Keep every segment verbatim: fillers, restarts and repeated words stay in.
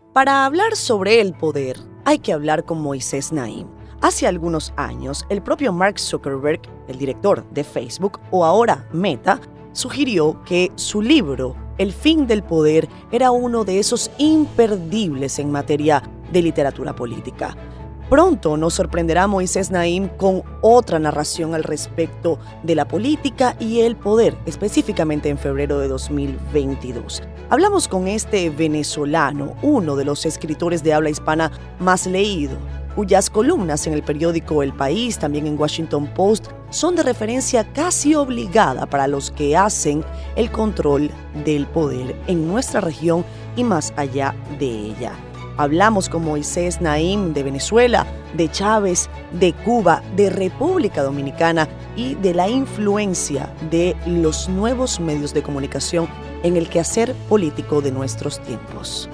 Para hablar sobre el poder, hay que hablar con Moisés Naím. Hace algunos años, el propio Mark Zuckerberg, el director de Facebook, o ahora Meta, sugirió que su libro, El fin del poder, era uno de esos imperdibles en materia de literatura política. Pronto nos sorprenderá Moisés Naím con otra narración al respecto de la política y el poder, específicamente en febrero de dos mil veintidós. Hablamos con este venezolano, uno de los escritores de habla hispana más leído, cuyas columnas en el periódico El País, también en Washington Post, son de referencia casi obligada para los que hacen el control del poder en nuestra región y más allá de ella. Hablamos con Moisés Naím de Venezuela, de Chávez, de Cuba, de República Dominicana y de la influencia de los nuevos medios de comunicación en el quehacer político de nuestros tiempos.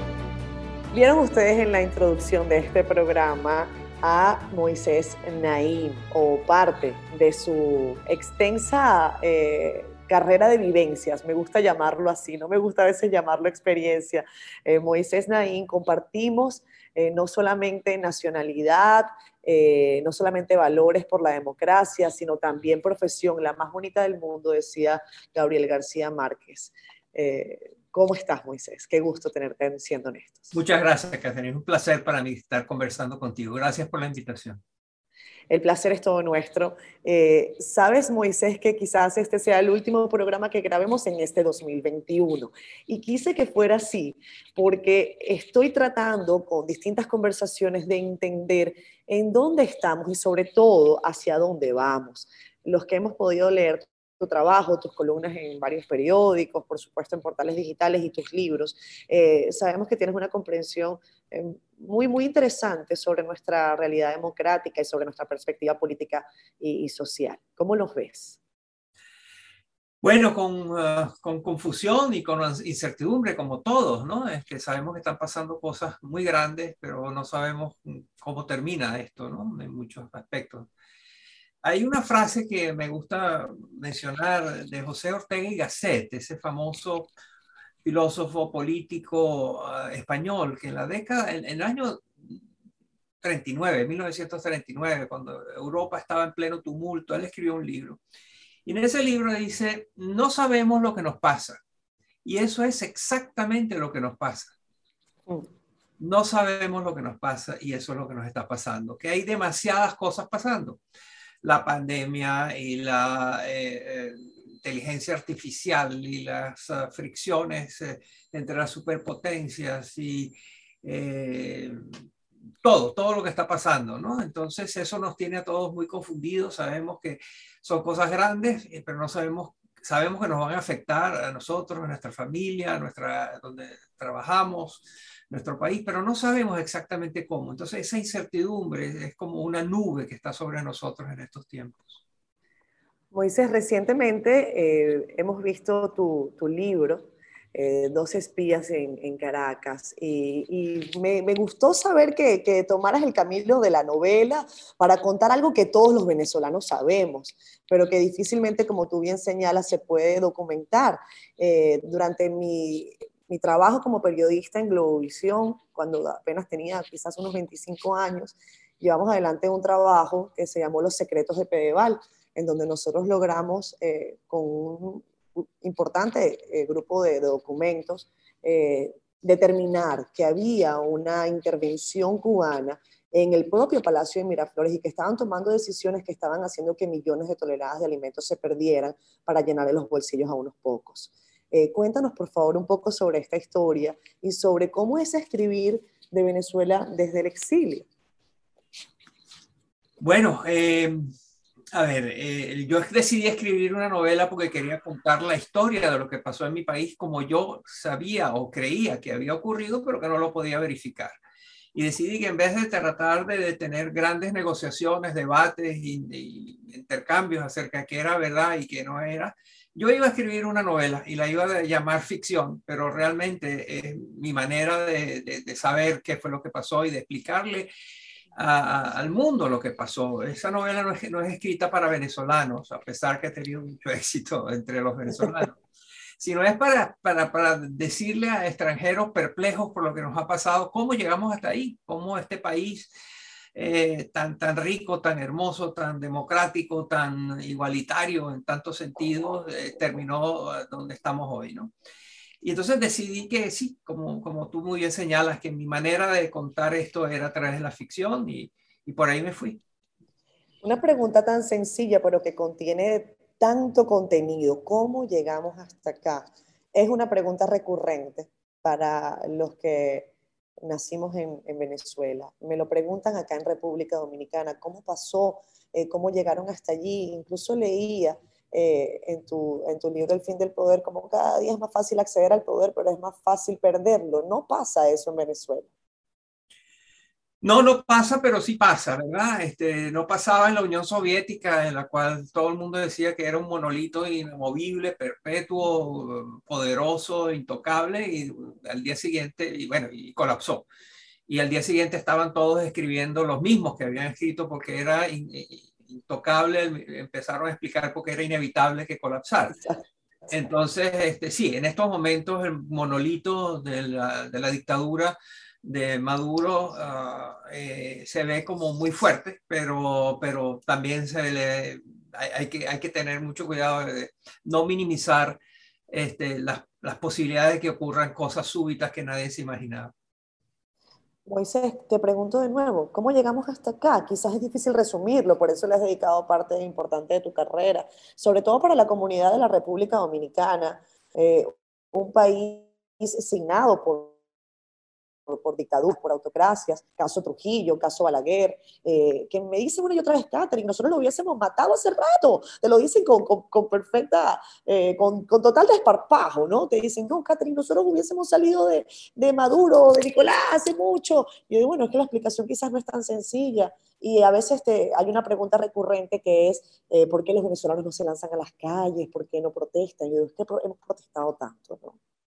Vieron ustedes en la introducción de este programa a Moisés Naím, o parte de su extensa eh, carrera de vivencias, me gusta llamarlo así, no me gusta a veces llamarlo experiencia. Eh, Moisés Naím, compartimos eh, no solamente nacionalidad, eh, no solamente valores por la democracia, sino también profesión, la más bonita del mundo, decía Gabriel García Márquez. Eh, ¿Cómo estás, Moisés? Qué gusto tenerte en Siendo Honestos. Muchas gracias, Catherine. Es un placer para mí estar conversando contigo. Gracias por la invitación. El placer es todo nuestro. Eh, Sabes, Moisés, que quizás este sea el último programa que grabemos en este dos mil veintiuno. Y quise que fuera así, porque estoy tratando con distintas conversaciones de entender en dónde estamos y sobre todo hacia dónde vamos. Los que hemos podido leer tu trabajo, tus columnas en varios periódicos, por supuesto en portales digitales y tus libros, eh, sabemos que tienes una comprensión eh, muy, muy interesante sobre nuestra realidad democrática y sobre nuestra perspectiva política y, y social. ¿Cómo los ves? Bueno, con, uh, con confusión y con incertidumbre, como todos, ¿no? Es que sabemos que están pasando cosas muy grandes, pero no sabemos cómo termina esto, ¿no? En muchos aspectos. Hay una frase que me gusta mencionar de José Ortega y Gasset, ese famoso filósofo político uh, español, que en la década, en, en el año treinta y nueve, mil novecientos treinta y nueve, cuando Europa estaba en pleno tumulto, él escribió un libro. Y en ese libro dice, no sabemos lo que nos pasa. Y eso es exactamente lo que nos pasa. No sabemos lo que nos pasa y eso es lo que nos está pasando. Que hay demasiadas cosas pasando. La pandemia y la eh, inteligencia artificial y las uh, fricciones eh, entre las superpotencias y eh, todo, todo lo que está pasando, ¿no? Entonces eso nos tiene a todos muy confundidos. Sabemos que son cosas grandes, pero no sabemos, sabemos que nos van a afectar a nosotros, a nuestra familia, a nuestra, donde trabajamos, nuestro país, pero no sabemos exactamente cómo. Entonces esa incertidumbre es como una nube que está sobre nosotros en estos tiempos. Moisés, recientemente eh, hemos visto tu, tu libro, eh, Dos espías en, en Caracas, y, y me, me gustó saber que, que tomaras el camino de la novela para contar algo que todos los venezolanos sabemos, pero que difícilmente, como tú bien señalas, se puede documentar. Eh, durante mi... Mi trabajo como periodista en Globovisión, cuando apenas tenía quizás unos veinticinco años, llevamos adelante un trabajo que se llamó Los Secretos de Pedeval, en donde nosotros logramos, eh, con un importante eh, grupo de, de documentos, eh, determinar que había una intervención cubana en el propio Palacio de Miraflores y que estaban tomando decisiones que estaban haciendo que millones de toneladas de alimentos se perdieran para llenarle los bolsillos a unos pocos. Eh, cuéntanos, por favor, un poco sobre esta historia y sobre cómo es escribir de Venezuela desde el exilio. Bueno, eh, a ver, eh, yo decidí escribir una novela porque quería contar la historia de lo que pasó en mi país como yo sabía o creía que había ocurrido, pero que no lo podía verificar. Y decidí que en vez de tratar de, de tener grandes negociaciones, debates y, y intercambios acerca de qué era verdad y qué no era, yo iba a escribir una novela y la iba a llamar ficción, pero realmente es eh, mi manera de, de, de saber qué fue lo que pasó y de explicarle a, a, al mundo lo que pasó. Esa novela no es, no es escrita para venezolanos, a pesar que ha tenido mucho éxito entre los venezolanos. sino es para, para, para decirle a extranjeros perplejos por lo que nos ha pasado, cómo llegamos hasta ahí, cómo este país eh, tan, tan rico, tan hermoso, tan democrático, tan igualitario en tantos sentidos, eh, terminó donde estamos hoy, ¿no? Y entonces decidí que sí, como, como tú muy bien señalas, que mi manera de contar esto era a través de la ficción y, y por ahí me fui. Una pregunta tan sencilla, pero que contiene tanto contenido. ¿Cómo llegamos hasta acá? Es una pregunta recurrente para los que nacimos en, en Venezuela. Me lo preguntan acá en República Dominicana. ¿Cómo pasó? Eh, ¿Cómo llegaron hasta allí? Incluso leía eh, en, tu, en tu libro El fin del poder como cada día es más fácil acceder al poder, pero es más fácil perderlo. No pasa eso en Venezuela. No, no pasa, pero sí pasa, ¿verdad? Este, no pasaba en la Unión Soviética, en la cual todo el mundo decía que era un monolito inamovible, perpetuo, poderoso, intocable, y al día siguiente, y bueno, y colapsó. Y al día siguiente estaban todos escribiendo los mismos que habían escrito porque era in, intocable, empezaron a explicar por qué era inevitable que colapsara. Entonces, este, sí, en estos momentos el monolito de la, de la dictadura de Maduro uh, eh, se ve como muy fuerte, pero, pero también se le, hay, hay, que, hay que tener mucho cuidado de no minimizar este, las, las posibilidades de que ocurran cosas súbitas que nadie se imaginaba. Moisés, te pregunto de nuevo, ¿cómo llegamos hasta acá? Quizás es difícil resumirlo, por eso le has dedicado parte importante de tu carrera, sobre todo para la comunidad de la República Dominicana, eh, un país signado por Por, por dictaduras, por autocracias, caso Trujillo, caso Balaguer, eh, que me dicen una y otra vez, Catherine, nosotros lo hubiésemos matado hace rato, te lo dicen con, con, con perfecta, eh, con, con total desparpajo, ¿no? Te dicen, no, Catherine, nosotros hubiésemos salido de, de Maduro, de Nicolás, hace mucho. Y yo digo, bueno, es que la explicación quizás no es tan sencilla. Y a veces te, hay una pregunta recurrente que es, eh, ¿por qué los venezolanos no se lanzan a las calles? ¿Por qué no protestan? Y yo digo, es que hemos protestado tanto, ¿no?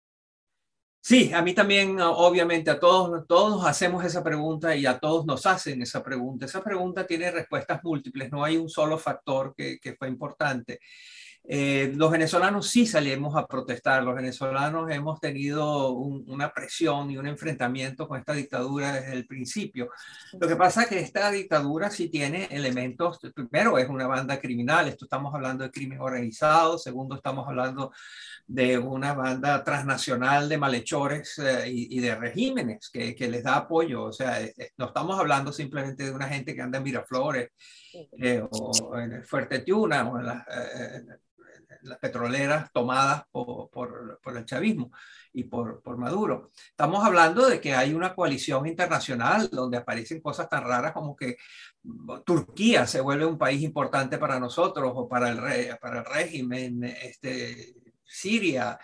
Sí, a mí también, obviamente, a todos, todos nos hacemos esa pregunta y a todos nos hacen esa pregunta. Esa pregunta tiene respuestas múltiples, no hay un solo factor que, que fue importante. Eh, los venezolanos sí salimos a protestar, los venezolanos hemos tenido un, una presión y un enfrentamiento con esta dictadura desde el principio. Lo que pasa es que esta dictadura sí tiene elementos, primero es una banda criminal, esto estamos hablando de crimen organizado, segundo estamos hablando de una banda transnacional de malhechores eh, y, y de regímenes que, que les da apoyo, o sea, es, es, no estamos hablando simplemente de una gente que anda en Miraflores eh, o en el Fuerte Tiuna o en las... Eh, las petroleras tomadas por, por, por el chavismo y por, por Maduro. Estamos hablando de que hay una coalición internacional donde aparecen cosas tan raras como que Turquía se vuelve un país importante para nosotros o para el, re, para el régimen, este, Siria,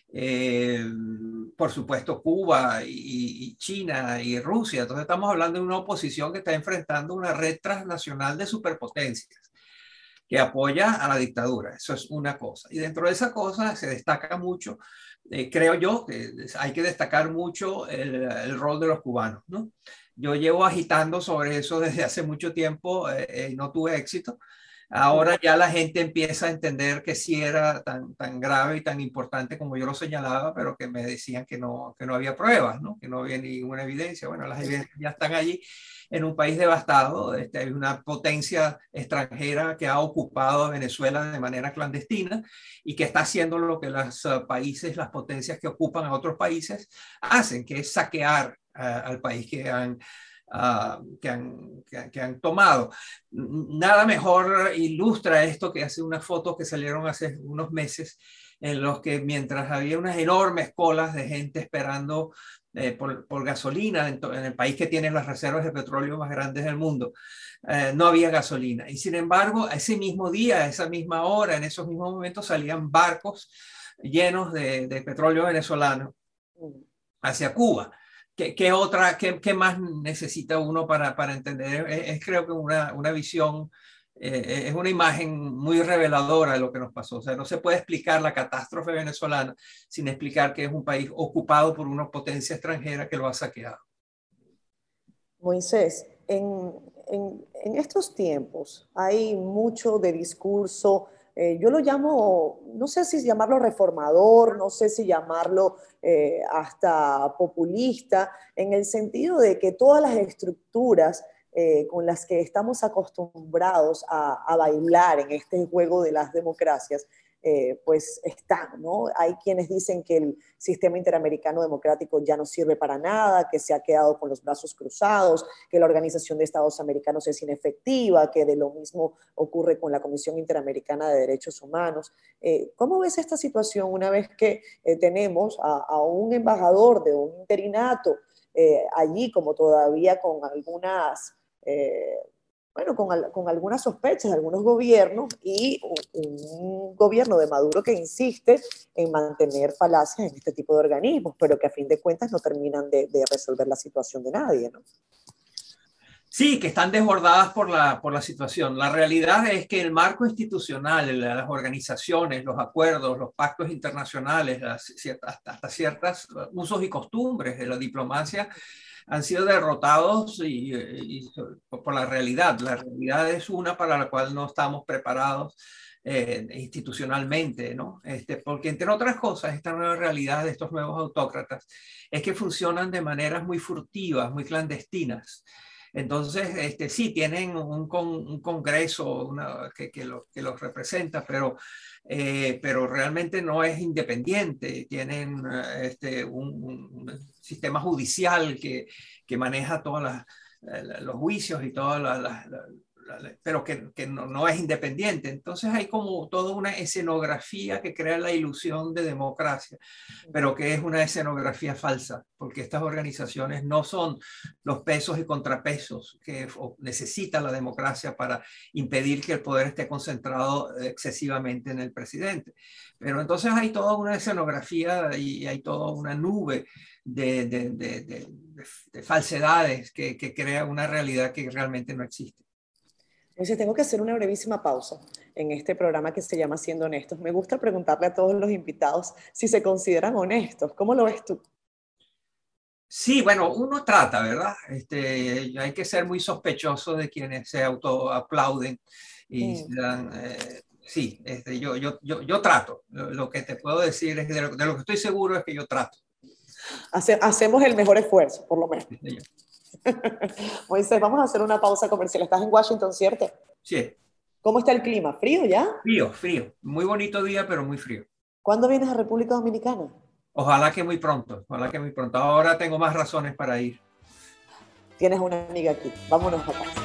eh, por supuesto Cuba y, y China y Rusia. Entonces estamos hablando de una oposición que está enfrentando una red transnacional de superpotencias que apoya a la dictadura. Eso es una cosa. Y dentro de esa cosa se destaca mucho, eh, creo yo, que hay que destacar mucho el, el rol de los cubanos, ¿no? Yo llevo agitando sobre eso desde hace mucho tiempo y eh, eh, no tuve éxito. Ahora ya la gente empieza a entender que sí era tan, tan grave y tan importante como yo lo señalaba, pero que me decían que no, que no había pruebas, ¿no? Que no había ninguna evidencia. Bueno, las evidencias ya están allí. En un país devastado, este, hay una potencia extranjera que ha ocupado a Venezuela de manera clandestina y que está haciendo lo que los uh, países, las potencias que ocupan a otros países hacen, que es saquear uh, al país que han, uh, que, han, que, que han tomado. Nada mejor ilustra esto que hace unas fotos que salieron hace unos meses en los que mientras había unas enormes colas de gente esperando eh, por, por gasolina en, en el país que tiene las reservas de petróleo más grandes del mundo, eh, no había gasolina. Y sin embargo, ese mismo día, a esa misma hora, en esos mismos momentos salían barcos llenos de, de petróleo venezolano hacia Cuba. ¿Qué, qué otra, qué, qué más necesita uno para, para entender? Es, es creo que una, una visión, eh, es una imagen muy reveladora de lo que nos pasó. O sea, no se puede explicar la catástrofe venezolana sin explicar que es un país ocupado por una potencia extranjera que lo ha saqueado. Moisés, en, en, en estos tiempos hay mucho de discurso eh, yo lo llamo, no sé si llamarlo reformador, no sé si llamarlo eh, hasta populista, en el sentido de que todas las estructuras eh, con las que estamos acostumbrados a, a bailar en este juego de las democracias, Eh, pues están, ¿no? Hay quienes dicen que el sistema interamericano democrático ya no sirve para nada, que se ha quedado con los brazos cruzados, que la Organización de Estados Americanos es inefectiva, que de lo mismo ocurre con la Comisión Interamericana de Derechos Humanos. Eh, ¿Cómo ves esta situación una vez que eh, tenemos a, a un embajador de un interinato eh, allí, como todavía con algunas... Eh, bueno, con, con algunas sospechas de algunos gobiernos y un, un gobierno de Maduro que insiste en mantener falacias en este tipo de organismos, pero que a fin de cuentas no terminan de, de resolver la situación de nadie, ¿no? Sí, que están desbordadas por la, por la situación. La realidad es que el marco institucional, las organizaciones, los acuerdos, los pactos internacionales, las, hasta, hasta ciertos usos y costumbres de la diplomacia han sido derrotados y, y, por la realidad. La realidad es una para la cual no estamos preparados eh, institucionalmente, ¿no? Este, porque entre otras cosas, esta nueva realidad de estos nuevos autócratas es que funcionan de maneras muy furtivas, muy clandestinas. Entonces, este, sí, tienen un, con, un congreso una, que, que, lo, que los representa, pero, eh, pero realmente no es independiente. Tienen este, un, un sistema judicial que, que maneja todos los juicios y todas las... La, la, pero que, que no, no es independiente. Entonces hay como toda una escenografía que crea la ilusión de democracia, pero que es una escenografía falsa, porque estas organizaciones no son los pesos y contrapesos que necesita la democracia para impedir que el poder esté concentrado excesivamente en el presidente. Pero entonces hay toda una escenografía y hay toda una nube de, de, de, de, de, de falsedades que, que crea una realidad que realmente no existe. Entonces tengo que hacer una brevísima pausa en este programa que se llama Siendo Honestos. Me gusta preguntarle a todos los invitados si se consideran honestos. ¿Cómo lo ves tú? Sí, bueno, uno trata, ¿verdad? Este, hay que ser muy sospechoso de quienes se autoaplauden y mm. dan, eh, sí, este, yo, yo, yo, yo trato. Lo, lo que te puedo decir es de lo, de lo que estoy seguro es que yo trato. Hace, hacemos el mejor esfuerzo, por lo menos. Sí, Moisés, vamos a hacer una pausa comercial. ¿Estás en Washington, cierto? Sí. ¿Cómo está el clima? ¿Frío ya? Frío, frío. Muy bonito día, pero muy frío. ¿Cuándo vienes a República Dominicana? Ojalá que muy pronto, ojalá que muy pronto. Ahora tengo más razones para ir. Tienes una amiga aquí. Vámonos a casa.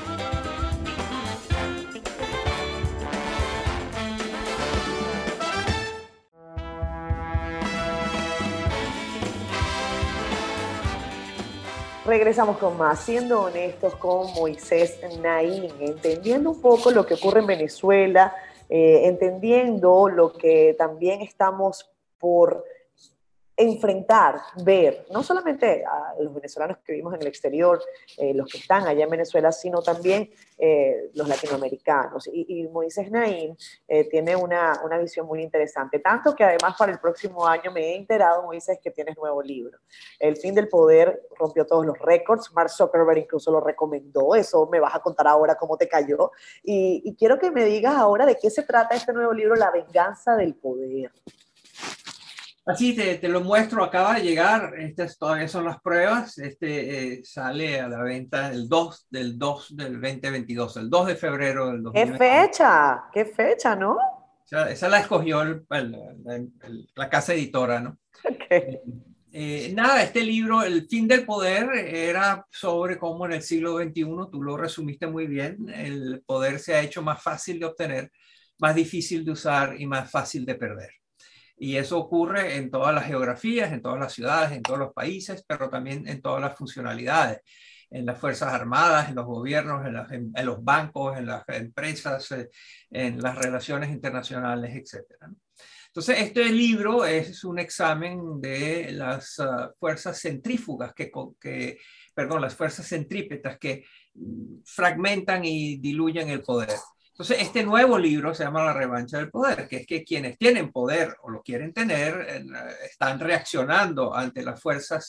Regresamos con más, Siendo Honestos, con Moisés Naim, entendiendo un poco lo que ocurre en Venezuela, eh, entendiendo lo que también estamos por enfrentar, ver, no solamente a los venezolanos que vivimos en el exterior, eh, los que están allá en Venezuela, sino también eh, los latinoamericanos. Y, y Moisés Naim eh, tiene una, una visión muy interesante, tanto que además para el próximo año me he enterado, Moisés, que tienes nuevo libro. El fin del poder rompió todos los récords, Mark Zuckerberg incluso lo recomendó, eso me vas a contar ahora cómo te cayó. Y, y quiero que me digas ahora de qué se trata este nuevo libro, La venganza del poder. Así te, te lo muestro, acaba de llegar, estas todavía son las pruebas, este eh, sale a la venta el dos del dos del veinte veintidós, el dos de febrero del dos mil veintidós. ¿Qué fecha? ¿Qué fecha, no? Esa, esa la escogió el, el, el, la casa editora, ¿no? Okay. Eh, nada, este libro, El fin del poder, era sobre cómo en el siglo veintiuno, tú lo resumiste muy bien, el poder se ha hecho más fácil de obtener, más difícil de usar y más fácil de perder. Y eso ocurre en todas las geografías, en todas las ciudades, en todos los países, pero también en todas las funcionalidades, en las Fuerzas Armadas, en los gobiernos, en, las, en, en los bancos, en las empresas, en las relaciones internacionales, etcétera. Entonces, este libro es un examen de las uh, fuerzas centrífugas, que, que, perdón, las fuerzas centrípetas que fragmentan y diluyen el poder. Entonces, este nuevo libro se llama La revancha del poder, que es que quienes tienen poder o lo quieren tener, eh, están reaccionando ante las fuerzas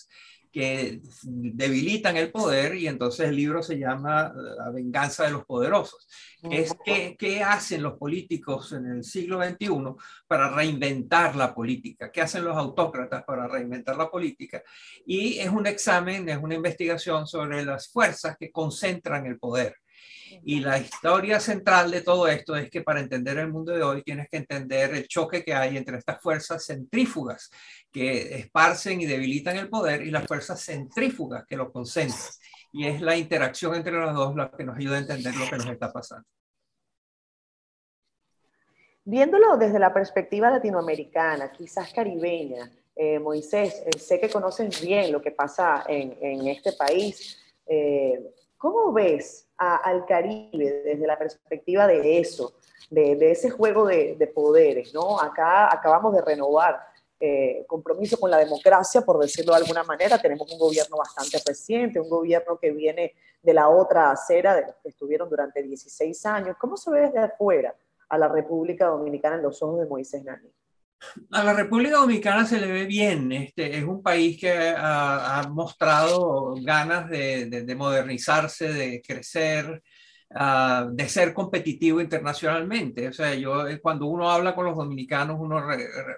que debilitan el poder, y entonces el libro se llama La venganza de los poderosos. Es que, ¿qué hacen los políticos en el siglo veintiuno para reinventar la política? ¿Qué hacen los autócratas para reinventar la política? Y es un examen, es una investigación sobre las fuerzas que concentran el poder. Y la historia central de todo esto es que para entender el mundo de hoy tienes que entender el choque que hay entre estas fuerzas centrífugas que esparcen y debilitan el poder y las fuerzas centrífugas que lo concentran. Y es la interacción entre las dos la que nos ayuda a entender lo que nos está pasando. Viéndolo desde la perspectiva latinoamericana, quizás caribeña, eh, Moisés, eh, sé que conoces bien lo que pasa en, en este país. Eh, ¿Cómo ves a, al Caribe desde la perspectiva de eso, de, de ese juego de, de poderes, ¿no? Acá acabamos de renovar eh, compromiso con la democracia, por decirlo de alguna manera. Tenemos un gobierno bastante reciente, un gobierno que viene de la otra acera, de los que estuvieron durante dieciséis años. ¿Cómo se ve desde afuera a la República Dominicana en los ojos de Moisés Naim? A la República Dominicana se le ve bien. Este, es un país que ha, ha mostrado ganas de, de, de modernizarse, de crecer, uh, de ser competitivo internacionalmente. O sea, yo, cuando uno habla con los dominicanos, uno re, re,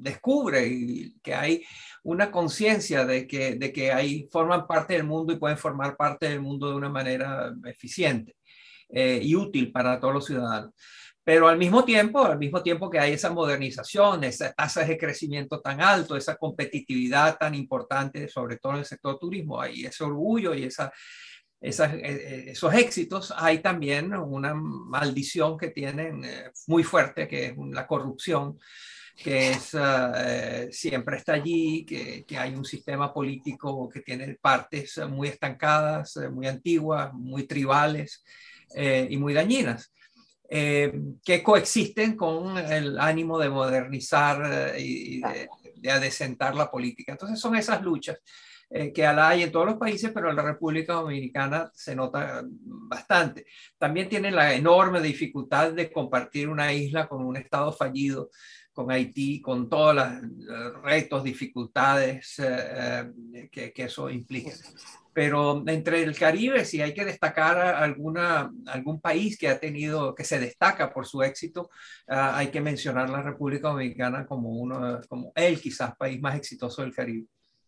descubre que hay una conciencia de que, de que ahí forman parte del mundo y pueden formar parte del mundo de una manera eficiente eh, y útil para todos los ciudadanos. Pero al mismo tiempo, al mismo tiempo que hay esa modernización, esas tasas de crecimiento tan alto, esa competitividad tan importante, sobre todo en el sector turismo, hay ese orgullo y esa, esas, esos éxitos, hay también una maldición que tienen muy fuerte, que es la corrupción, que es, uh, siempre está allí, que, que hay un sistema político que tiene partes muy estancadas, muy antiguas, muy tribales eh, y muy dañinas. Eh, que coexisten con el ánimo de modernizar eh, y de, de adecentar la política. Entonces son esas luchas eh, que la hay en todos los países, pero en la República Dominicana se nota bastante. También tienen la enorme dificultad de compartir una isla con un estado fallido, con Haití, con todos los retos, dificultades eh, que, que eso implica. Pero entre el Caribe, si hay que destacar alguna, algún país que ha tenido, que se destaca por su éxito, uh, hay que mencionar la República Dominicana como, uno, como el quizás país más exitoso del Caribe.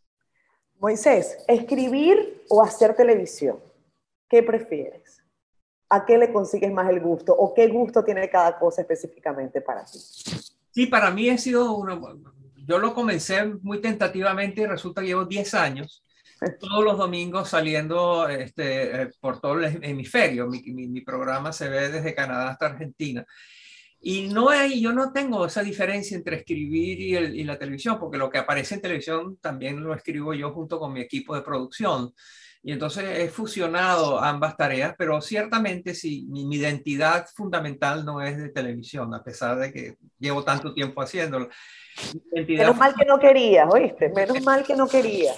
Moisés, ¿escribir o hacer televisión? ¿Qué prefieres? ¿A qué le consigues más el gusto? ¿O qué gusto tiene cada cosa específicamente para ti? Sí, para mí ha sido una... Yo lo comencé muy tentativamente y resulta que llevo diez años. Todos los domingos saliendo este, por todo el hemisferio. Mi, mi, mi programa se ve desde Canadá hasta Argentina. Y no hay, yo no tengo esa diferencia entre escribir y, el, y la televisión, porque lo que aparece en televisión también lo escribo yo junto con mi equipo de producción. Y entonces he fusionado ambas tareas, pero ciertamente sí, mi, mi identidad fundamental no es de televisión, a pesar de que llevo tanto tiempo haciéndolo. Menos mal que no querías, ¿oíste? Menos mal que no querías.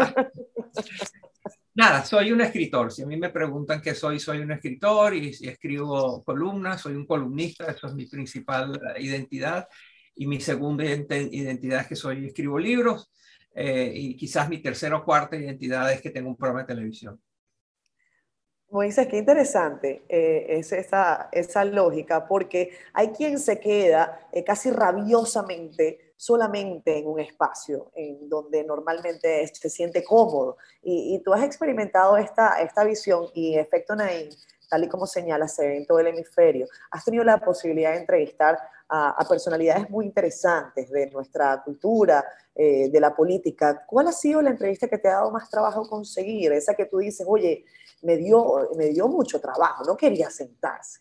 Nada, soy un escritor. Si a mí me preguntan qué soy, soy un escritor y, y escribo columnas, soy un columnista, eso es mi principal identidad. Y mi segunda identidad es que soy, escribo libros. Eh, y quizás mi tercera o cuarta identidad es que tengo un programa de televisión. Moisés, qué interesante eh, es esa, esa lógica, porque hay quien se queda eh, casi rabiosamente solamente en un espacio en donde normalmente se siente cómodo. Y, y tú has experimentado esta, esta visión y efecto Naim, tal y como señala, se ve en todo el hemisferio. Has tenido la posibilidad de entrevistar a, a personalidades muy interesantes de nuestra cultura, eh, de la política. ¿Cuál ha sido la entrevista que te ha dado más trabajo conseguir? Esa que tú dices, oye, me dio, me dio mucho trabajo, no quería sentarse.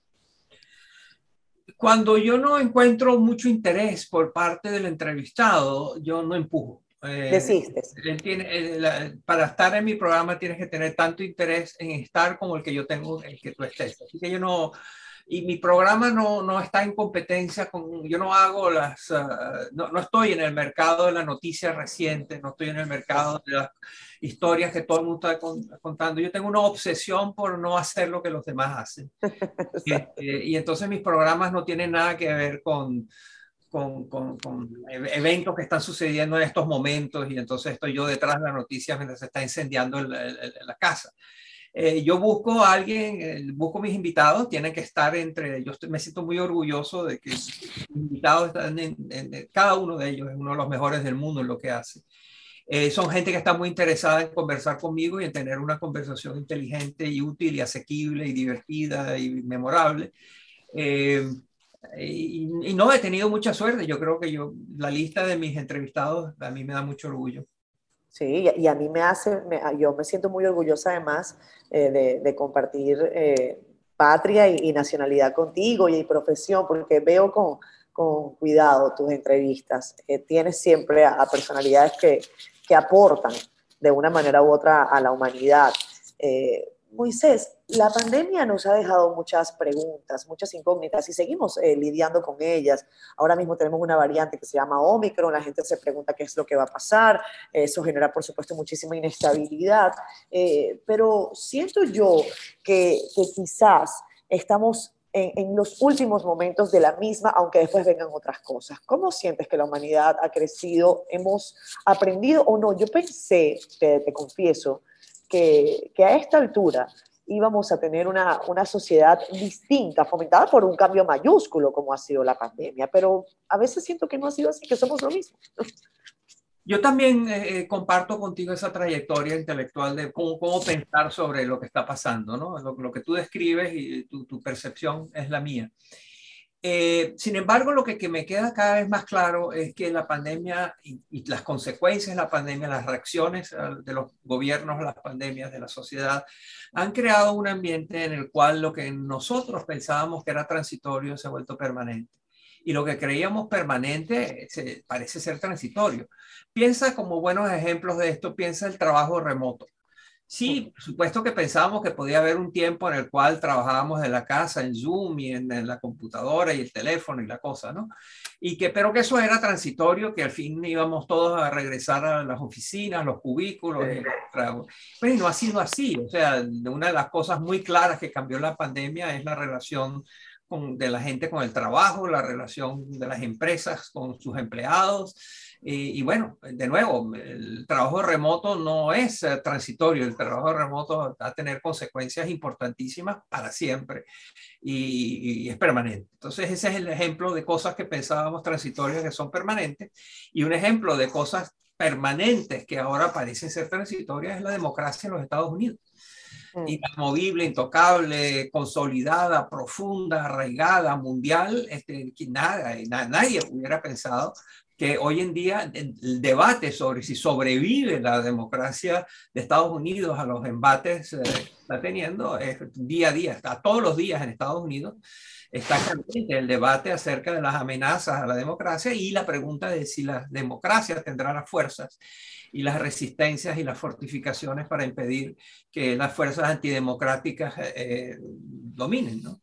Cuando yo no encuentro mucho interés por parte del entrevistado, yo no empujo. Eh, Desistes. Él tiene, eh, la, para estar en mi programa tienes que tener tanto interés en estar como el que yo tengo, el que tú estés. Así que yo no, y mi programa no, no está en competencia con, yo no hago las, uh, no, no estoy en el mercado de la noticia reciente, no estoy en el mercado de las historias que todo el mundo está contando. Yo tengo una obsesión por no hacer lo que los demás hacen. y, y entonces mis programas no tienen nada que ver con con, con, con eventos que están sucediendo en estos momentos y entonces estoy yo detrás de la noticia mientras se está incendiando el, el, el, la casa. Eh, yo busco a alguien, eh, busco mis invitados, tienen que estar entre, yo estoy, me siento muy orgulloso de que mis invitados están en, en, en, cada uno de ellos es uno de los mejores del mundo en lo que hace. Eh, son gente que está muy interesada en conversar conmigo y en tener una conversación inteligente y útil y asequible y divertida y memorable. Eh, y, y no he tenido mucha suerte. Yo creo que yo, la lista de mis entrevistados a mí me da mucho orgullo. Sí, y a mí me hace, me, yo me siento muy orgullosa además eh, de, de compartir eh, patria y, y nacionalidad contigo y, y profesión, porque veo con, con cuidado tus entrevistas. Eh, tienes siempre a, a personalidades que, que aportan de una manera u otra a la humanidad. Eh, Moisés, la pandemia nos ha dejado muchas preguntas, muchas incógnitas y seguimos eh, lidiando con ellas. Ahora mismo tenemos una variante que se llama Omicron, la gente se pregunta qué es lo que va a pasar, eso genera por supuesto muchísima inestabilidad, eh, pero siento yo que, que quizás estamos en, en los últimos momentos de la misma, aunque después vengan otras cosas. ¿Cómo sientes que la humanidad ha crecido? ¿Hemos aprendido o no? Yo pensé, te, te confieso, Que, que a esta altura íbamos a tener una, una sociedad distinta, fomentada por un cambio mayúsculo como ha sido la pandemia, pero a veces siento que no ha sido así, que somos lo mismo. Yo también eh, comparto contigo esa trayectoria intelectual de cómo, cómo pensar sobre lo que está pasando, ¿no? Lo, lo que tú describes y tu, tu percepción es la mía. Eh, sin embargo, lo que, que me queda cada vez más claro es que la pandemia y, y las consecuencias de la pandemia, las reacciones de los gobiernos a las pandemias, de la sociedad, han creado un ambiente en el cual lo que nosotros pensábamos que era transitorio se ha vuelto permanente. Y lo que creíamos permanente se, parece ser transitorio. Piensa como buenos ejemplos de esto, piensa el trabajo remoto. Sí, por supuesto que pensábamos que podía haber un tiempo en el cual trabajábamos en la casa, en Zoom y en, en la computadora y el teléfono y la cosa, ¿no? Y que, pero que eso era transitorio, que al fin íbamos todos a regresar a las oficinas, los cubículos. Sí. Y, pues no ha sido así. O sea, una de las cosas muy claras que cambió la pandemia es la relación con, de la gente con el trabajo, la relación de las empresas con sus empleados. Y, y bueno, de nuevo, el trabajo remoto no es uh, transitorio, el trabajo remoto va a tener consecuencias importantísimas para siempre y, y es permanente. Entonces ese es el ejemplo de cosas que pensábamos transitorias que son permanentes, y un ejemplo de cosas permanentes que ahora parecen ser transitorias es la democracia en los Estados Unidos. Mm. Inamovible, intocable, consolidada, profunda, arraigada, mundial, este, nada, nadie hubiera pensado que hoy en día el debate sobre si sobrevive la democracia de Estados Unidos a los embates eh, que está teniendo es día a día, está todos los días en Estados Unidos, está caliente el debate acerca de las amenazas a la democracia y la pregunta de si la democracia tendrá las fuerzas y las resistencias y las fortificaciones para impedir que las fuerzas antidemocráticas eh, dominen, ¿no?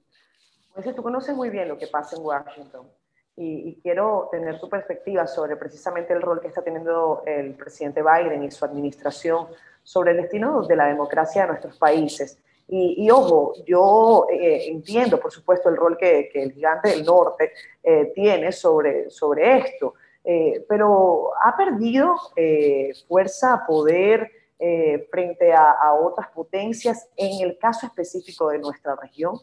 Pues tú conoces muy bien lo que pasa en Washington. Y, y quiero tener tu perspectiva sobre precisamente el rol que está teniendo el presidente Biden y su administración sobre el destino de la democracia de nuestros países. Y, y ojo, yo eh, entiendo, por supuesto, el rol que, que el gigante del norte eh, tiene sobre, sobre esto, eh, pero ha perdido eh, fuerza, poder eh, frente a, a otras potencias en el caso específico de nuestra región.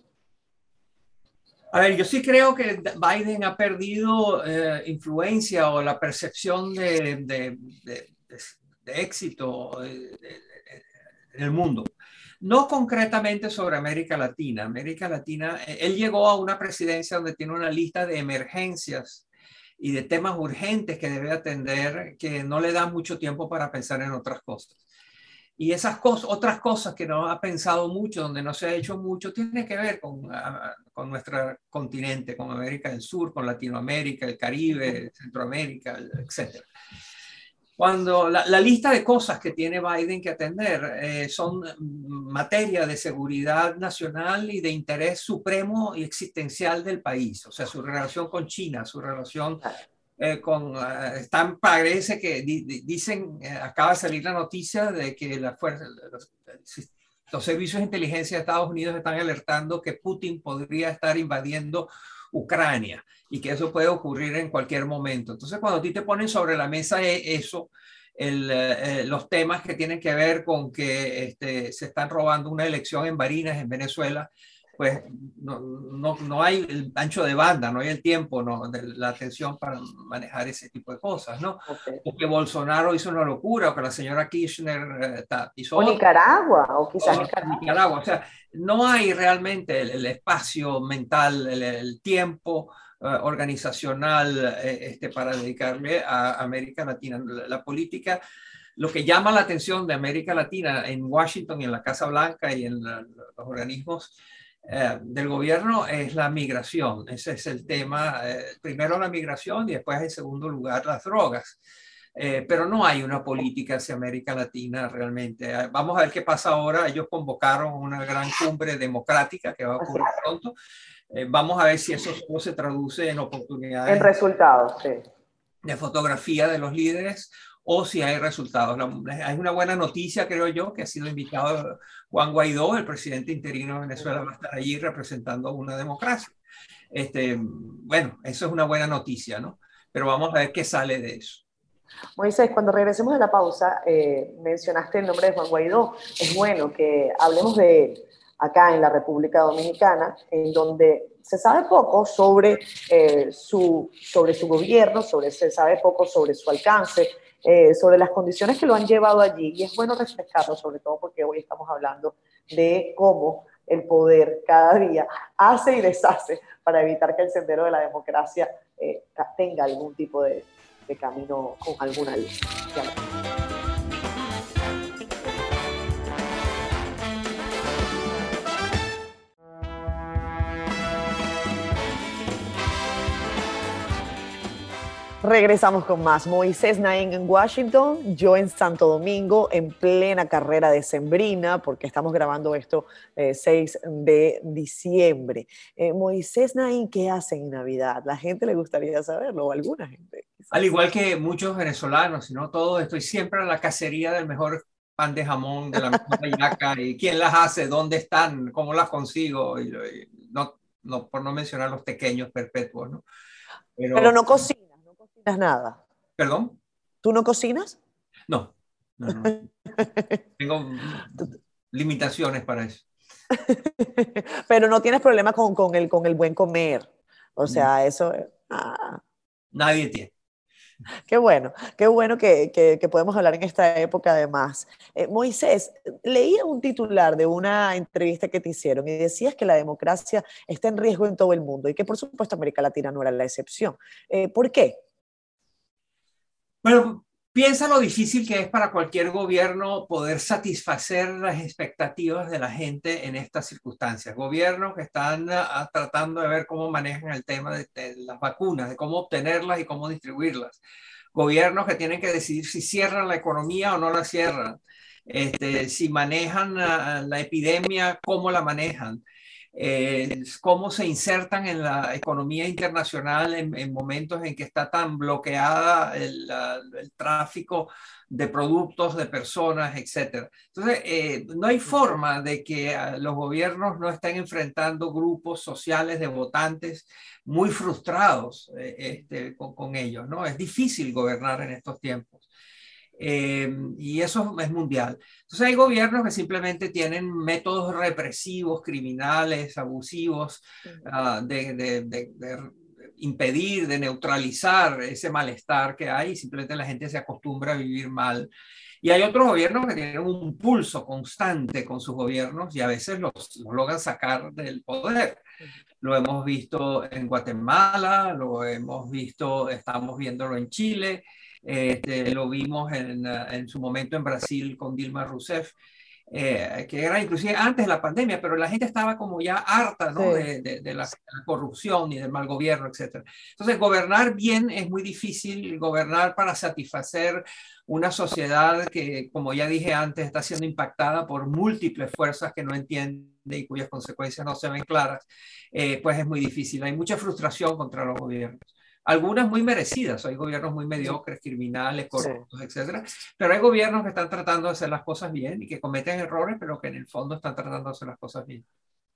A ver, yo sí creo que Biden ha perdido eh, influencia o la percepción de, de, de, de, de éxito en el mundo. No concretamente sobre América Latina. América Latina, él llegó a una presidencia donde tiene una lista de emergencias y de temas urgentes que debe atender, que no le da mucho tiempo para pensar en otras cosas. Y esas cosas, otras cosas que no ha pensado mucho, donde no se ha hecho mucho, tiene que ver con, con nuestro continente, con América del Sur, con Latinoamérica, el Caribe, Centroamérica, etcétera. Cuando la, la lista de cosas que tiene Biden que atender eh, son materia de seguridad nacional y de interés supremo y existencial del país, o sea, su relación con China, su relación Eh, con, uh, están, parece que di, di, dicen, eh, acaba de salir la noticia de que la fuerza, los, los servicios de inteligencia de Estados Unidos están alertando que Putin podría estar invadiendo Ucrania y que eso puede ocurrir en cualquier momento. Entonces, cuando a ti te ponen sobre la mesa eso, el, eh, los temas que tienen que ver con que este, se están robando una elección en Barinas, en Venezuela, pues no, no, no hay el ancho de banda, no hay el tiempo, no, de la atención para manejar ese tipo de cosas, ¿no? Okay. O que Bolsonaro hizo una locura, o que la señora Kirchner eh, hizo o Nicaragua, o quizás o Nicaragua. Nicaragua. O sea, no hay realmente el, el espacio mental, el, el tiempo uh, organizacional eh, este, para dedicarle a América Latina. La, la política, lo que llama la atención de América Latina en Washington y en la Casa Blanca y en la, los organismos Eh, del gobierno es la migración. Ese es el tema. Eh, primero la migración y después en segundo lugar las drogas. Eh, pero no hay una política hacia América Latina realmente. Eh, vamos a ver qué pasa ahora. Ellos convocaron una gran cumbre democrática que va a ocurrir pronto. Eh, vamos a ver si eso solo se traduce en oportunidades. En resultados, sí. De fotografía de los líderes o si hay resultados. Hay una buena noticia, creo yo, que ha sido invitado Juan Guaidó, el presidente interino de Venezuela, va a estar allí representando una democracia. Este, bueno, eso es una buena noticia, ¿no? Pero vamos a ver qué sale de eso. Moisés, cuando regresemos de la pausa, eh, mencionaste el nombre de Juan Guaidó. Es bueno que hablemos de él acá en la República Dominicana, en donde se sabe poco sobre, eh, su, sobre su gobierno, sobre, se sabe poco sobre su alcance, eh, sobre las condiciones que lo han llevado allí, y es bueno refrescarlo, sobre todo porque hoy estamos hablando de cómo el poder cada día hace y deshace para evitar que el sendero de la democracia eh, tenga algún tipo de, de camino con alguna luz. Regresamos con más. Moisés Naim en Washington, yo en Santo Domingo, en plena carrera decembrina, porque estamos grabando esto eh, seis de diciembre. Eh, Moisés Naim, ¿qué hacen en Navidad? La gente le gustaría saberlo, o alguna gente. Quizás. Al igual que muchos venezolanos, sino todo, estoy siempre en la cacería del mejor pan de jamón, de la mejor hallaca, y quién las hace, dónde están, cómo las consigo, y, y no, no, por no mencionar los pequeños perpetuos, ¿no? Pero, Pero no cocinas. Nada. ¿Perdón? ¿Tú no cocinas? No, no, no. Tengo limitaciones para eso. Pero no tienes problema con, con, el, con el buen comer. O sea, no. Eso... Ah. Nadie tiene. Qué bueno, qué bueno que, que, que podemos hablar en esta época además. Eh, Moisés, leía un titular de una entrevista que te hicieron y decías que la democracia está en riesgo en todo el mundo y que por supuesto América Latina no era la excepción. Eh, ¿Por qué? Bueno, piensa lo difícil que es para cualquier gobierno poder satisfacer las expectativas de la gente en estas circunstancias. Gobiernos que están uh, tratando de ver cómo manejan el tema de, de las vacunas, de cómo obtenerlas y cómo distribuirlas. Gobiernos que tienen que decidir si cierran la economía o no la cierran. Este, si manejan uh, la epidemia, cómo la manejan. Eh, cómo se insertan en la economía internacional en, en momentos en que está tan bloqueada el, la, el tráfico de productos, de personas, etcétera. Entonces, eh, no hay forma de que los gobiernos no estén enfrentando grupos sociales de votantes muy frustrados eh, este, con, con ellos, ¿no? Es difícil gobernar en estos tiempos. Eh, y eso es mundial. Entonces hay gobiernos que simplemente tienen métodos represivos, criminales, abusivos, uh, de, de, de, de impedir, de neutralizar ese malestar que hay y simplemente la gente se acostumbra a vivir mal. Y hay otros gobiernos que tienen un pulso constante con sus gobiernos y a veces los, los logran sacar del poder. Lo hemos visto en Guatemala, lo hemos visto, estamos viéndolo en Chile. Este, lo vimos en, en su momento en Brasil con Dilma Rousseff, eh, que era inclusive antes de la pandemia, pero la gente estaba como ya harta, ¿no? Sí. de, de, de, la, de la corrupción y del mal gobierno, etcétera. Entonces, gobernar bien es muy difícil, gobernar para satisfacer una sociedad que, como ya dije antes, está siendo impactada por múltiples fuerzas que no entiende y cuyas consecuencias no se ven claras, eh, pues es muy difícil. Hay mucha frustración contra los gobiernos. Algunas muy merecidas, hay gobiernos muy mediocres, criminales, corruptos, sí. etcétera. Pero hay gobiernos que están tratando de hacer las cosas bien y que cometen errores, pero que en el fondo están tratando de hacer las cosas bien.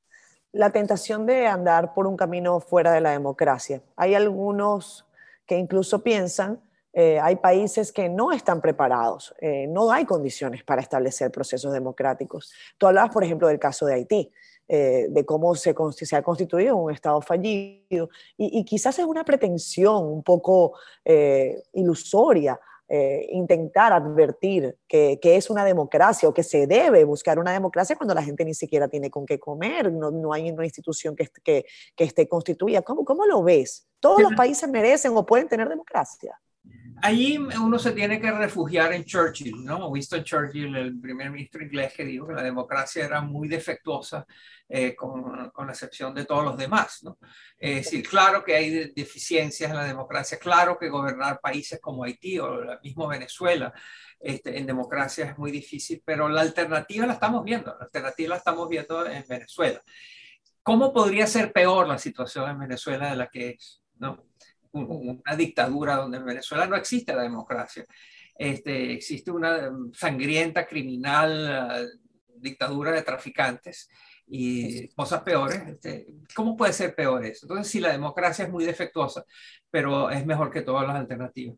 La tentación de andar por un camino fuera de la democracia. Hay algunos que incluso piensan, eh, hay países que no están preparados, eh, no hay condiciones para establecer procesos democráticos. Tú hablabas, por ejemplo, del caso de Haití, eh, de cómo se, se ha constituido un Estado fallido, y, y quizás es una pretensión un poco eh, ilusoria, Eh, intentar advertir que, que es una democracia o que se debe buscar una democracia cuando la gente ni siquiera tiene con qué comer, no, no hay una institución que, que, que esté constituida. ¿Cómo, ¿Cómo lo ves? ¿Todos los países merecen o pueden tener democracia? Allí uno se tiene que refugiar en Churchill, ¿no? Winston Churchill, el primer ministro inglés, que dijo que la democracia era muy defectuosa, eh, con, con la excepción de todos los demás, ¿no? Es decir, claro que hay deficiencias en la democracia, claro que gobernar países como Haití o el mismo Venezuela este, en democracia es muy difícil, pero la alternativa la estamos viendo, la alternativa la estamos viendo en Venezuela. ¿Cómo podría ser peor la situación en Venezuela de la que es, ¿no? Una dictadura donde en Venezuela no existe la democracia. Este, existe una sangrienta, criminal uh, dictadura de traficantes y cosas peores. Este, ¿cómo puede ser peor eso? Entonces, sí, la democracia es muy defectuosa, pero es mejor que todas las alternativas.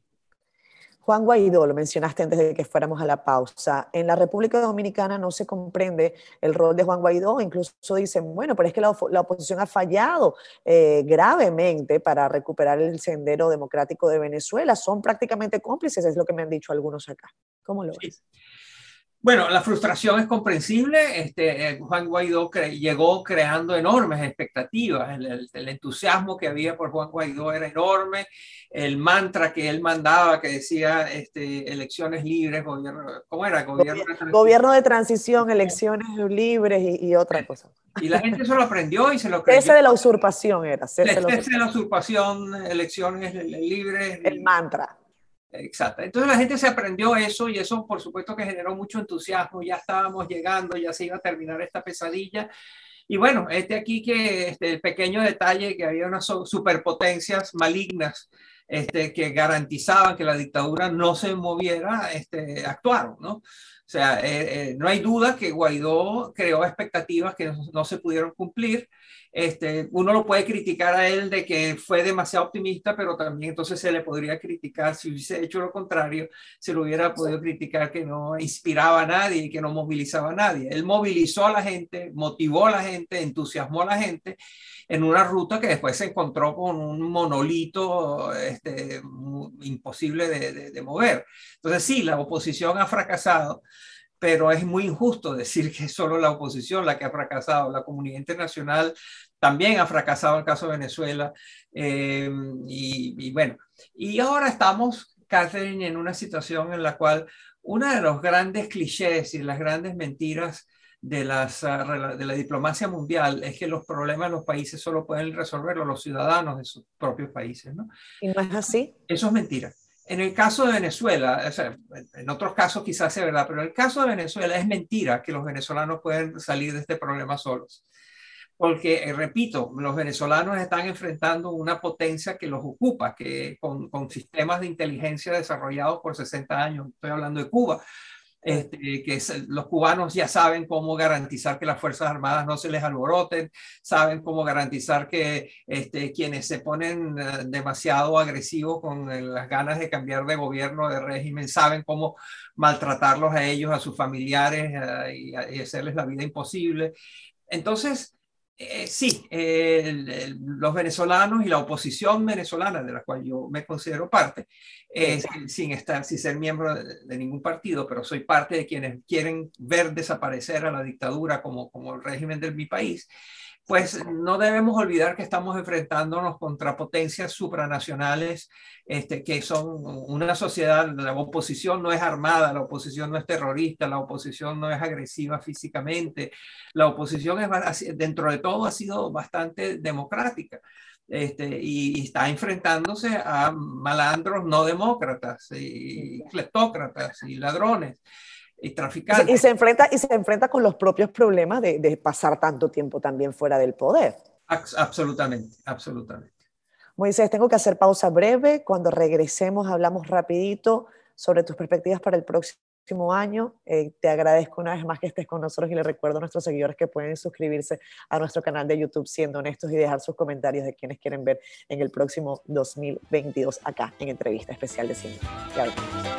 Juan Guaidó, lo mencionaste antes de que fuéramos a la pausa. En la República Dominicana no se comprende el rol de Juan Guaidó. Incluso dicen, bueno, pero es que la, la oposición ha fallado eh, gravemente para recuperar el sendero democrático de Venezuela. Son prácticamente cómplices, es lo que me han dicho algunos acá. ¿Cómo lo ves? Sí. Bueno, la frustración es comprensible. Este, eh, Juan Guaidó cre llegó creando enormes expectativas. El, el, el entusiasmo que había por Juan Guaidó era enorme. El mantra que él mandaba, que decía este, elecciones libres, gobierno, ¿cómo era? Gobierno, Gobier de, gobierno de transición, elecciones libres y, y otra cosa. Y la gente se lo aprendió y se lo creyó. Ese de la usurpación era. Ese de la usurpación, elecciones libres. El mantra. Exacto. Entonces la gente se aprendió eso y eso por supuesto que generó mucho entusiasmo. Ya estábamos llegando, ya se iba a terminar esta pesadilla. Y bueno, este aquí que este pequeño detalle que había unas superpotencias malignas este, que garantizaban que la dictadura no se moviera, este, actuaron, ¿no? O sea, eh, eh, no hay duda que Guaidó creó expectativas que no, no se pudieron cumplir. Este, uno lo puede criticar a él de que fue demasiado optimista, pero también entonces se le podría criticar, si hubiese hecho lo contrario, se le hubiera podido criticar que no inspiraba a nadie y que no movilizaba a nadie. Él movilizó a la gente, motivó a la gente, entusiasmó a la gente en una ruta que después se encontró con un monolito este, imposible de, de, de mover. Entonces sí, la oposición ha fracasado, pero es muy injusto decir que es solo la oposición la que ha fracasado. La comunidad internacional también ha fracasado en el caso de Venezuela. Eh, y, y bueno, y ahora estamos, Catherine, en una situación en la cual uno de los grandes clichés y las grandes mentiras de, las, de la diplomacia mundial es que los problemas de los países solo pueden resolverlos los ciudadanos de sus propios países, ¿no? ¿Y no es así? Eso es mentira. En el caso de Venezuela, o sea, en otros casos quizás sea verdad, pero en el caso de Venezuela es mentira que los venezolanos pueden salir de este problema solos. Porque, eh, repito, los venezolanos están enfrentando una potencia que los ocupa, que con, con sistemas de inteligencia desarrollados por sesenta años, estoy hablando de Cuba, Este, que es, los cubanos ya saben cómo garantizar que las Fuerzas Armadas no se les alboroten, saben cómo garantizar que este, quienes se ponen uh, demasiado agresivos con uh, las ganas de cambiar de gobierno, de régimen, saben cómo maltratarlos a ellos, a sus familiares uh, y, y hacerles la vida imposible. Entonces, Eh, sí, eh, el, el, los venezolanos y la oposición venezolana, de la cual yo me considero parte, eh, sin, sin, estar, sin ser miembro de, de ningún partido, pero soy parte de quienes quieren ver desaparecer a la dictadura como, como el régimen de mi país, pues no debemos olvidar que estamos enfrentándonos contra potencias supranacionales este, que son una sociedad. La oposición no es armada, la oposición no es terrorista, la oposición no es agresiva físicamente, la oposición es, dentro de todo ha sido bastante democrática. Este, y, y está enfrentándose a malandros no demócratas y cleptócratas y ladrones y traficantes. Y se, y se enfrenta y se enfrenta con los propios problemas de, de pasar tanto tiempo también fuera del poder. Absolutamente, absolutamente. Moisés, tengo que hacer pausa breve. Cuando regresemos hablamos rapidito sobre tus perspectivas para el próximo próximo año. Eh, te agradezco una vez más que estés con nosotros y le recuerdo a nuestros seguidores que pueden suscribirse a nuestro canal de YouTube Siendo Honestos y dejar sus comentarios de quienes quieren ver en el próximo dos mil veintidós acá en Entrevista Especial de Cine. Claro.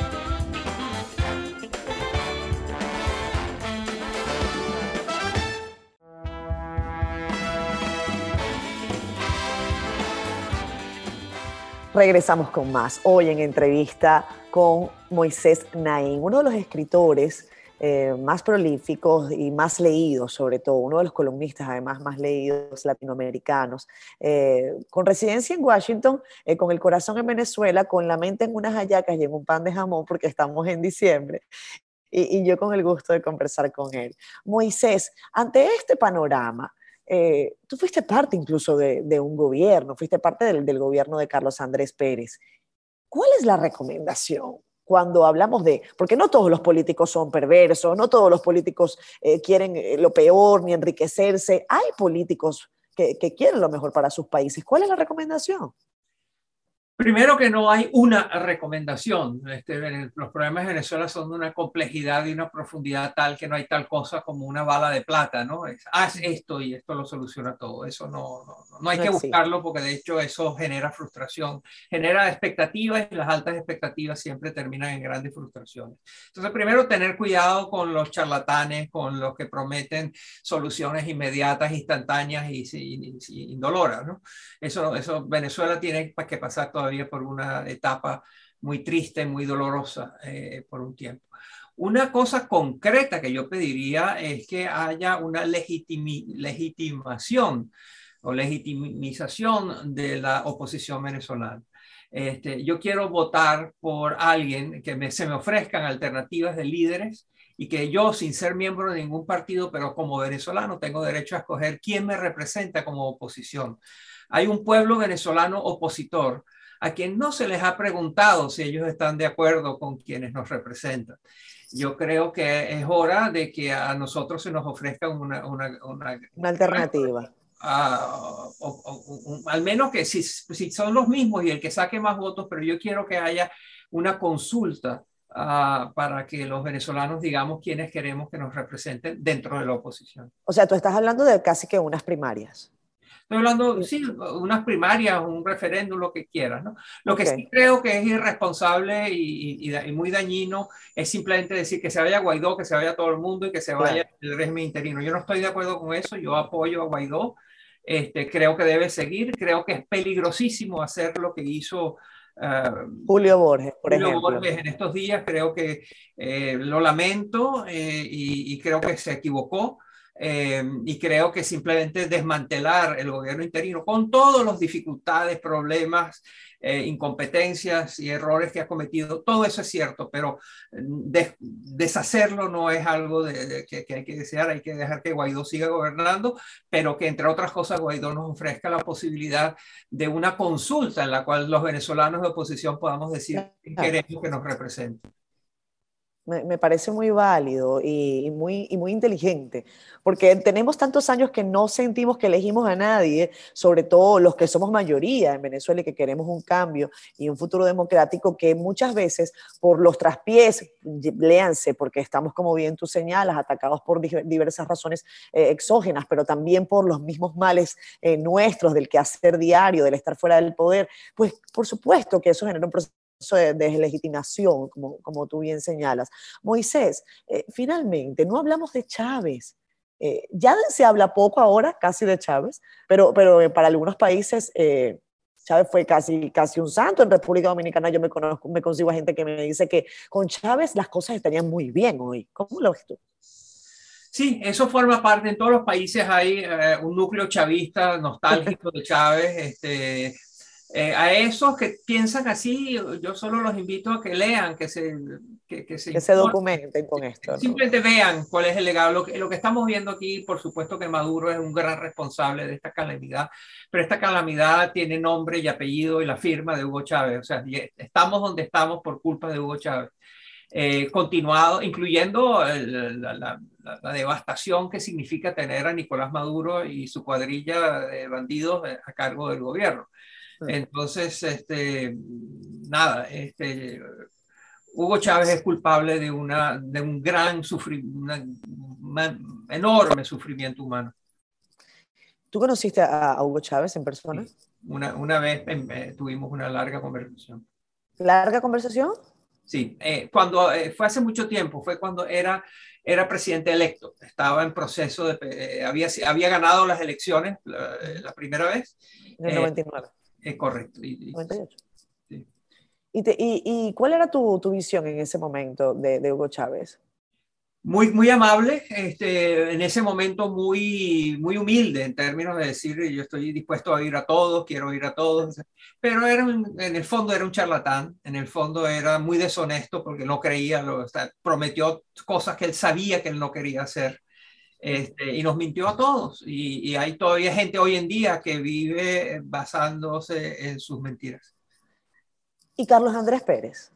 Regresamos con más. Hoy en entrevista con Moisés Naim, uno de los escritores eh, más prolíficos y más leídos, sobre todo, uno de los columnistas además más leídos latinoamericanos, eh, con residencia en Washington, eh, con el corazón en Venezuela, con la mente en unas hallacas y en un pan de jamón, porque estamos en diciembre. Y, y yo con el gusto de conversar con él. Moisés, ante este panorama, Eh, tú fuiste parte incluso de, de un gobierno, fuiste parte del, del gobierno de Carlos Andrés Pérez. ¿Cuál es la recomendación cuando hablamos de, porque no todos los políticos son perversos, no todos los políticos eh, quieren eh, lo peor ni enriquecerse, hay políticos que, que quieren lo mejor para sus países? ¿Cuál es la recomendación? Primero que no hay una recomendación. Este, los problemas de Venezuela son de una complejidad y una profundidad tal que no hay tal cosa como una bala de plata, ¿no? Es, haz esto y esto lo soluciona todo. Eso no, no, no hay no que existe. Buscarlo porque de hecho eso genera frustración, genera expectativas y las altas expectativas siempre terminan en grandes frustraciones. Entonces, primero tener cuidado con los charlatanes, con los que prometen soluciones inmediatas, instantáneas y, y, y indoloras, ¿no? Eso, eso Venezuela tiene que pasar todavía por una etapa muy triste, muy dolorosa eh, por un tiempo. Una cosa concreta que yo pediría es que haya una legitimi legitimación o legitimización de la oposición venezolana. Este, yo quiero votar por alguien que me, se me ofrezcan alternativas de líderes y que yo, sin ser miembro de ningún partido, pero como venezolano, tengo derecho a escoger quién me representa como oposición. Hay un pueblo venezolano opositor a quien no se les ha preguntado si ellos están de acuerdo con quienes nos representan. Yo creo que es hora de que a nosotros se nos ofrezca una, una, una, una alternativa. Uh, o, o, o, al menos que si, si son los mismos y el que saque más votos, pero yo quiero que haya una consulta uh, para que los venezolanos digamos quiénes queremos que nos representen dentro de la oposición. O sea, tú estás hablando de casi que unas primarias. Estoy hablando, sí, unas primarias, un referéndum, lo que quieras, ¿no? Lo okay. que sí creo que es irresponsable y, y, y muy dañino es simplemente decir que se vaya Guaidó, que se vaya todo el mundo y que se vaya claro. el régimen interino. Yo no estoy de acuerdo con eso, yo apoyo a Guaidó, este, creo que debe seguir, creo que es peligrosísimo hacer lo que hizo uh, Julio Borges, por Julio ejemplo. Borges en estos días, creo que eh, lo lamento eh, y, y creo que se equivocó. Eh, y creo que simplemente desmantelar el gobierno interino con todas las dificultades, problemas, eh, incompetencias y errores que ha cometido, todo eso es cierto, pero des deshacerlo no es algo de, de, que, que hay que desear, hay que dejar que Guaidó siga gobernando, pero que entre otras cosas Guaidó nos ofrezca la posibilidad de una consulta en la cual los venezolanos de oposición podamos decir que queremos que nos representen. Me, me parece muy válido y, y, muy, y muy inteligente, porque tenemos tantos años que no sentimos que elegimos a nadie, sobre todo los que somos mayoría en Venezuela y que queremos un cambio y un futuro democrático, que muchas veces por los traspiés, léanse, porque estamos, como bien tú señalas, atacados por diversas razones eh, exógenas, pero también por los mismos males eh, nuestros del quehacer diario, del estar fuera del poder, pues por supuesto que eso genera un proceso de deslegitimación, como, como tú bien señalas. Moisés, eh, finalmente, no hablamos de Chávez. Eh, ya se habla poco ahora, casi de Chávez, pero, pero para algunos países eh, Chávez fue casi, casi un santo. En República Dominicana yo me, conozco, me consigo a gente que me dice que con Chávez las cosas estarían muy bien hoy. ¿Cómo lo ves tú? Sí, eso forma parte. En todos los países hay eh, un núcleo chavista nostálgico de Chávez. Este, Eh, a esos que piensan así, yo solo los invito a que lean, que se, que, que se, que se documenten con esto, ¿no? Simplemente vean cuál es el legado. Lo que, lo que estamos viendo aquí, por supuesto que Maduro es un gran responsable de esta calamidad, pero esta calamidad tiene nombre y apellido y la firma de Hugo Chávez. O sea, estamos donde estamos por culpa de Hugo Chávez. Eh, continuado, incluyendo el, la, la, la, la devastación que significa tener a Nicolás Maduro y su cuadrilla de bandidos a cargo del gobierno. Entonces, este, nada, este, Hugo Chávez es culpable de, una, de un gran sufrimiento, un enorme sufrimiento humano. ¿Tú conociste a, a Hugo Chávez en persona? Sí. Una, una vez eh, tuvimos una larga conversación. ¿Larga conversación? Sí, eh, cuando eh, fue hace mucho tiempo, fue cuando era, era presidente electo, estaba en proceso de, eh, había, había ganado las elecciones la, la primera vez. En el noventa y nueve. Eh, eh, correcto. Y, y, noventa y ocho. Sí. ¿Y, te, y, ¿Y cuál era tu, tu visión en ese momento de, de Hugo Chávez? Muy, muy amable, este, en ese momento muy, muy humilde en términos de decir yo estoy dispuesto a ir a todos, quiero ir a todos, pero era un, en el fondo era un charlatán, en el fondo era muy deshonesto porque no creía, lo, o sea, prometió cosas que él sabía que él no quería hacer, este, y nos mintió a todos, y, y hay todavía gente hoy en día que vive basándose en sus mentiras. ¿Y Carlos Andrés Pérez?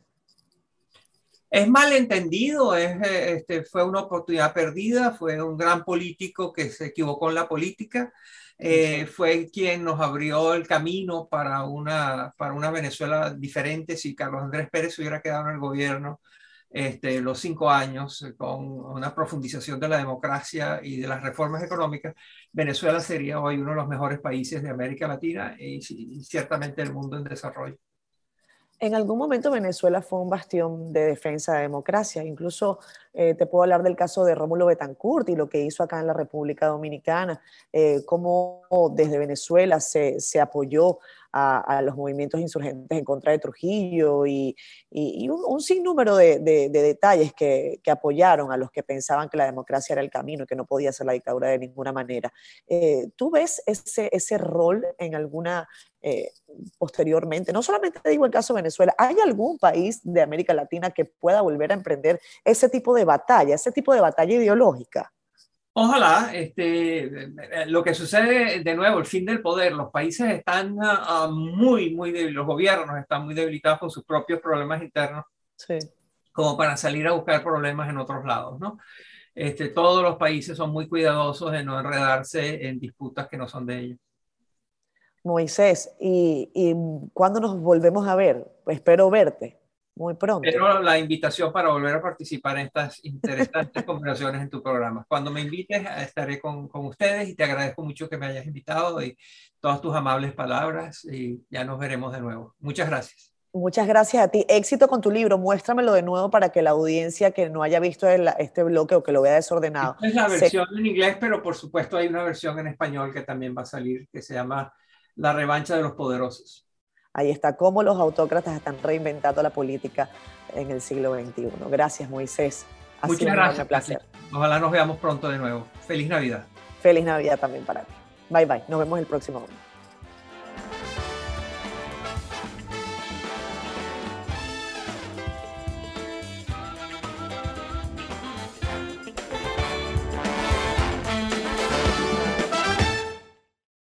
Es malentendido, es, este, fue una oportunidad perdida, fue un gran político que se equivocó en la política, eh, fue quien nos abrió el camino para una, para una Venezuela diferente. Si Carlos Andrés Pérez hubiera quedado en el gobierno este, los cinco años con una profundización de la democracia y de las reformas económicas, Venezuela sería hoy uno de los mejores países de América Latina y, y ciertamente el mundo en desarrollo. En algún momento Venezuela fue un bastión de defensa de democracia. Incluso eh, te puedo hablar del caso de Rómulo Betancourt y lo que hizo acá en la República Dominicana, eh, cómo desde Venezuela se, se apoyó a, a los movimientos insurgentes en contra de Trujillo y, y, y un, un sinnúmero de, de, de detalles que, que apoyaron a los que pensaban que la democracia era el camino, que no podía ser la dictadura de ninguna manera. Eh, ¿Tú ves ese, ese rol en alguna... Eh, posteriormente, no solamente te digo el caso de Venezuela, ¿hay algún país de América Latina que pueda volver a emprender ese tipo de batalla, ese tipo de batalla ideológica? Ojalá, este, lo que sucede de nuevo, el fin del poder, los países están uh, muy, muy débiles, los gobiernos están muy debilitados con sus propios problemas internos, sí, como para salir a buscar problemas en otros lados, ¿no? Este, todos los países son muy cuidadosos de no enredarse en disputas que no son de ellos. Moisés, ¿y, y cuándo nos volvemos a ver? Espero verte muy pronto. Pero la invitación para volver a participar en estas interesantes conversaciones en tu programa. Cuando me invites, estaré con, con ustedes y te agradezco mucho que me hayas invitado y todas tus amables palabras y ya nos veremos de nuevo. Muchas gracias. Muchas gracias a ti. Éxito con tu libro. Muéstramelo de nuevo para que la audiencia que no haya visto el, este bloque o que lo vea desordenado. Esta es la versión se... en inglés, pero por supuesto hay una versión en español que también va a salir, que se llama La revancha de los poderosos. Ahí está, cómo los autócratas están reinventando la política en el siglo veintiuno. Gracias, Moisés. Ha Muchas sido gracias. Un placer. Ojalá nos veamos pronto de nuevo. Feliz Navidad. Feliz Navidad también para ti. Bye, bye. Nos vemos el próximo domingo.